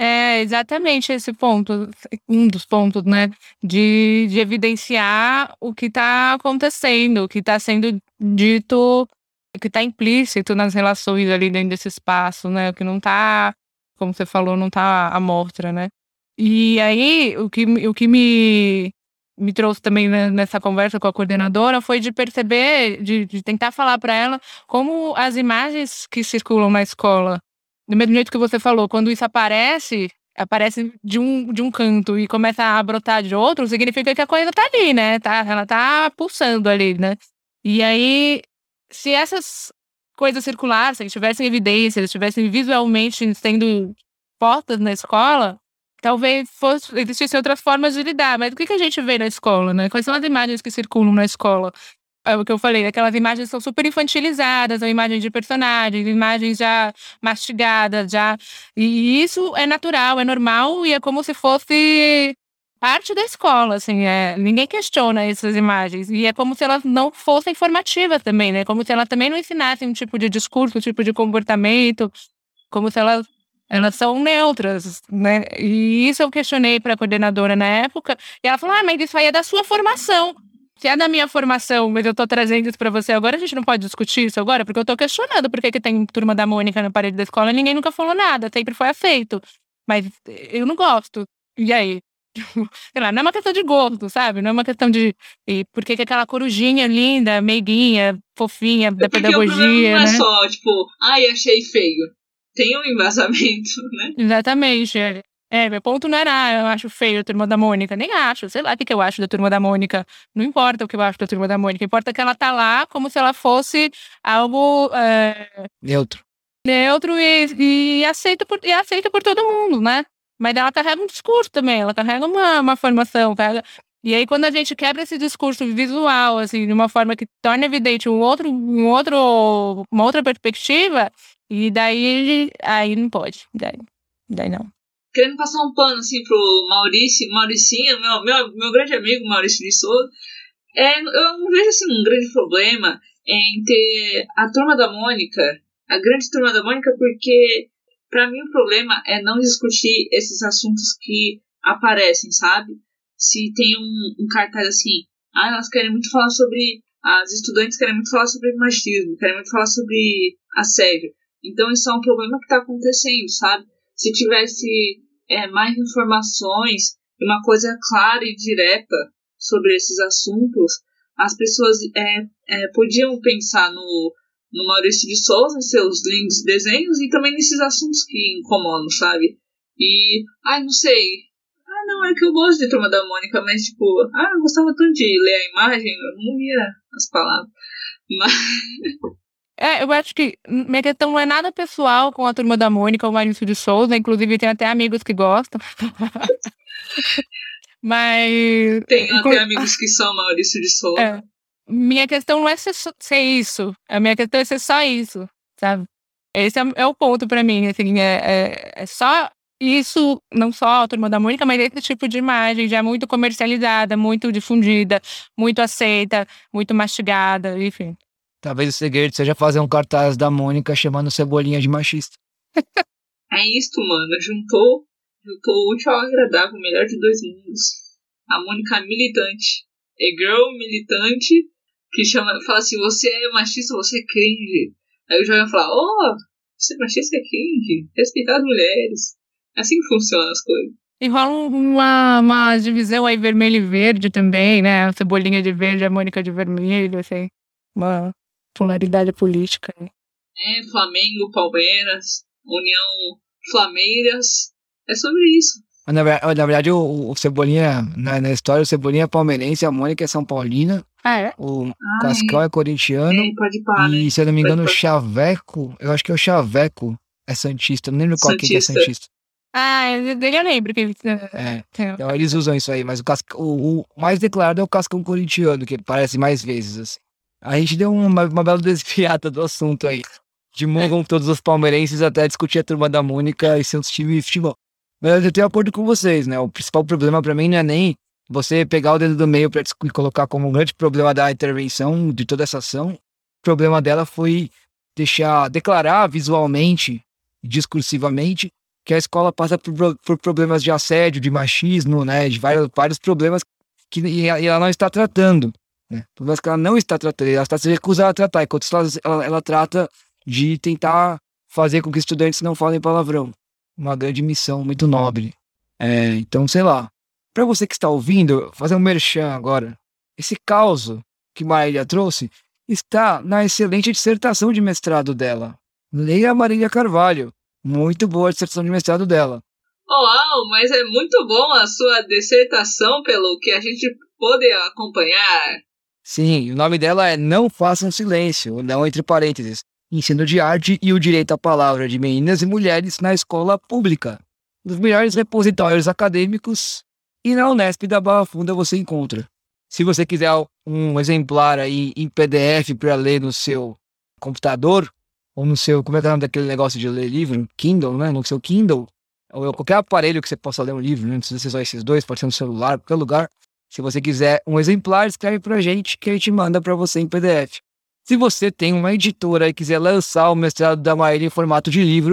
É exatamente esse ponto, um dos pontos, né, de, de evidenciar o que está acontecendo, o que está sendo dito, o que está implícito nas relações ali dentro desse espaço, né, o que não está, como você falou, não está à mostra, né. E aí, o que, o que me, me trouxe também nessa conversa com a coordenadora foi de perceber, de, de tentar falar para ela como as imagens que circulam na escola, do mesmo jeito que você falou, quando isso aparece, aparece de um, de um canto e começa a brotar de outro, significa que a coisa tá ali, né? Tá, ela tá pulsando ali, né? E aí, se essas coisas circulassem, tivessem evidências, estivessem visualmente sendo postas na escola, talvez fosse, existissem outras formas de lidar. Mas o que, que a gente vê na escola, né? Quais são as imagens que circulam na escola? É o que eu falei, aquelas imagens são super infantilizadas, são imagens de personagens, imagens já mastigadas, já... E isso é natural, é normal e é como se fosse parte da escola, assim, é... ninguém questiona essas imagens. E é como se elas não fossem formativas também, né? Como se elas também não ensinassem um tipo de discurso, um tipo de comportamento, como se elas Elas são neutras, né? E isso eu questionei para a coordenadora na época, e ela falou, ah, mas isso aí é da sua formação. Se é da minha formação, mas eu tô trazendo isso para você agora, a gente não pode discutir isso agora? Porque eu tô questionando por que que tem Turma da Mônica na parede da escola e ninguém nunca falou nada, sempre foi aceito. Mas eu não gosto. E aí? Sei lá, não é uma questão de gosto, sabe? Não é uma questão de... E por que que aquela corujinha linda, meiguinha, fofinha, da É porque o problema pedagogia, não é né? só, tipo, ai, achei feio. Tem um embasamento, né? Exatamente. É, é, meu ponto não era, ah, eu acho feio a Turma da Mônica. Nem acho, sei lá o que, que eu acho da Turma da Mônica. Não importa o que eu acho da Turma da Mônica. Importa que ela tá lá como se ela fosse algo é, Neutro. neutro e, e, aceito por, e aceito por todo mundo, né? Mas ela carrega um discurso também, ela carrega uma, uma formação, carrega... E aí, quando a gente quebra esse discurso visual, assim, de uma forma que torna evidente um outro, um outro, uma outra perspectiva, e daí, aí não pode, daí, daí não. Querendo passar um pano, assim, pro Maurício, Mauricinho, meu, meu, meu grande amigo Maurício de Souza, é, eu não vejo, assim, um grande problema em ter a Turma da Mônica, a grande Turma da Mônica, porque, pra mim, o problema é não discutir esses assuntos que aparecem, sabe? Se tem um, um cartaz assim, ah, elas querem muito falar sobre, as estudantes querem muito falar sobre machismo, querem muito falar sobre assédio. Então isso é um problema que está acontecendo, sabe? Se tivesse é, mais informações, uma coisa clara e direta sobre esses assuntos, as pessoas é, é, podiam pensar no, no Maurício de Souza, em seus lindos desenhos, e também nesses assuntos que incomodam, sabe? E, ai, não sei... Ah, não, é que eu gosto de Turma da Mônica, mas, tipo, ah, eu gostava tanto de ler a imagem, eu não lia as palavras. Mas... É, eu acho que minha questão não é nada pessoal com a Turma da Mônica ou o Maurício de Souza, inclusive tem até amigos que gostam. Mas... Tenho até amigos que são Maurício de Souza. É, minha questão não é ser, ser isso, a minha questão é ser só isso, sabe? Esse é, é o ponto pra mim, assim, é, é, é só... Isso, não só a Turma da Mônica, mas esse tipo de imagem já é muito comercializada, muito difundida, muito aceita, muito mastigada, enfim. Talvez o segredo seja fazer um cartaz da Mônica chamando Cebolinha de machista. É isso, mano. Juntou, juntou o útil ao agradável, o melhor de dois mundos. A Mônica militante. A girl militante que chama, fala assim, você é machista, você é cringe. Aí o jovem fala, oh, você é machista, é cringe. Respeitar as mulheres. Assim que funcionam as coisas. E rola uma, uma divisão aí vermelho e verde também, né? A Cebolinha de verde, a Mônica de vermelho, assim. Uma polaridade política. Né? É, Flamengo, Palmeiras, União Flameiras. É sobre isso. Na, na verdade, o, o Cebolinha, na, na história, o Cebolinha é palmeirense, a Mônica é São Paulina. Ah, é? O Ai, Cascal é corintiano. É, pode parar, e, né? se eu não me engano, o Pode Chaveco, eu acho que é o Chaveco, é santista. Não lembro qual que é Santista. santista. Ah, dele eu lembro que ele... É, então eles usam isso aí, mas o, casca, o, o mais declarado é o Cascão corintiano, que aparece mais vezes, assim. A gente deu uma, uma bela desviada do assunto aí. De com todos os palmeirenses até discutir a Turma da Mônica e seus times de futebol. Mas eu tenho acordo com vocês, né? O principal problema pra mim não é nem você pegar o dedo do meio pra e colocar como um grande problema da intervenção de toda essa ação. O problema dela foi deixar, declarar visualmente, discursivamente, que a escola passa por, por problemas de assédio, de machismo, né, de vários, vários problemas que e ela não está tratando, né, problemas que ela não está tratando, ela está se recusando a tratar, enquanto ela, ela, ela trata de tentar fazer com que estudantes não falem palavrão, uma grande missão muito nobre. É, então, sei lá, para você que está ouvindo, fazer um merchan agora, esse caos que Marília trouxe está na excelente dissertação de mestrado dela. Leia a Marília Carvalho. Muito boa a dissertação de mestrado dela. Uau, mas é muito bom a sua dissertação, pelo que a gente pôde acompanhar. Sim, o nome dela é Não Façam Silêncio, não entre parênteses, Ensino de Arte e o Direito à Palavra de Meninas e Mulheres na Escola Pública. Nos melhores repositórios acadêmicos e na Unesp da Barra Funda você encontra. Se você quiser um exemplar aí em P D F para ler no seu computador, ou no seu, como é que é o nome daquele negócio de ler livro? Kindle, né? No seu Kindle, ou qualquer aparelho que você possa ler um livro, né? Não precisa ser só esses dois, pode ser no celular, qualquer lugar. Se você quiser um exemplar, escreve pra gente que a gente manda pra você em P D F. Se você tem uma editora e quiser lançar o mestrado da Maíra em formato de livro,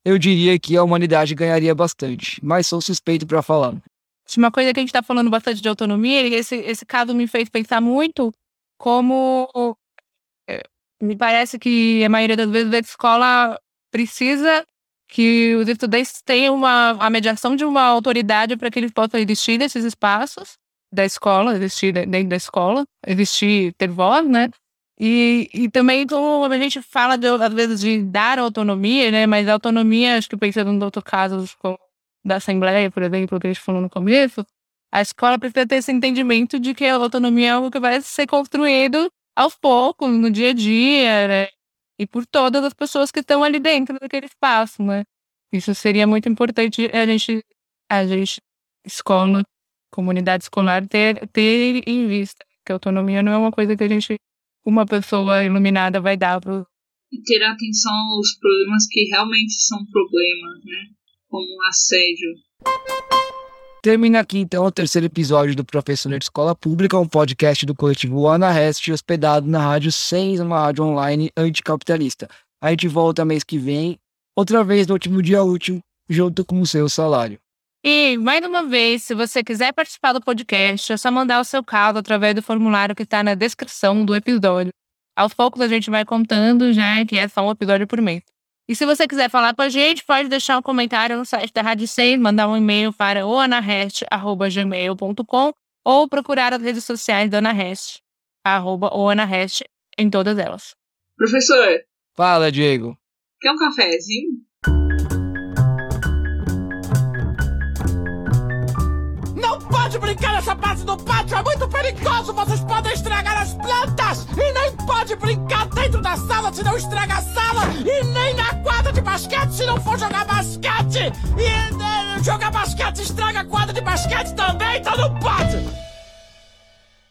eu diria que a humanidade ganharia bastante, mas sou suspeito para falar. Uma coisa que a gente está falando bastante de autonomia, esse, esse caso me fez pensar muito como é, me parece que a maioria das vezes a escola precisa que os estudantes tenham uma, a mediação de uma autoridade para que eles possam existir nesses espaços da escola, existir dentro da escola, existir, ter voz, né? E, e também como a gente fala, de, às vezes, de dar autonomia, né? Mas a autonomia, acho que pensando em outros casos como da Assembleia, por exemplo, que a gente falou no começo, a escola precisa ter esse entendimento de que a autonomia é algo que vai ser construído aos poucos, no dia a dia, né? E por todas as pessoas que estão ali dentro daquele espaço, né? Isso seria muito importante a gente, a gente, escola, comunidade escolar, ter, ter em vista que a autonomia não é uma coisa que a gente, uma pessoa iluminada vai dar pro... E ter atenção aos problemas que realmente são problemas, né? Como um assédio. Termina aqui então o terceiro episódio do Professor de Escola Pública, um podcast do coletivo Anarrest, hospedado na Rádio seis, uma rádio online anticapitalista. A gente volta mês que vem, outra vez no último dia útil, junto com o seu salário. E, mais uma vez, se você quiser participar do podcast, é só mandar o seu caso através do formulário que está na descrição do episódio. Aos poucos a gente vai contando já que é só um episódio por mês. E se você quiser falar com a gente, pode deixar um comentário no site da Rádio seis, mandar um e-mail para o anarrest arroba gmail ponto com ou procurar as redes sociais do Anarrest, arroba o Anarrest, em todas elas. Professor. Fala, Diego. Quer um cafezinho? Não pode brincar nessa parte do pátio, é muito perigoso, vocês podem estragar as plantas! E nem pode brincar dentro da sala se não estraga a sala! E nem na quadra de basquete se não for jogar basquete! E uh, jogar basquete estraga a quadra de basquete também, então não pode!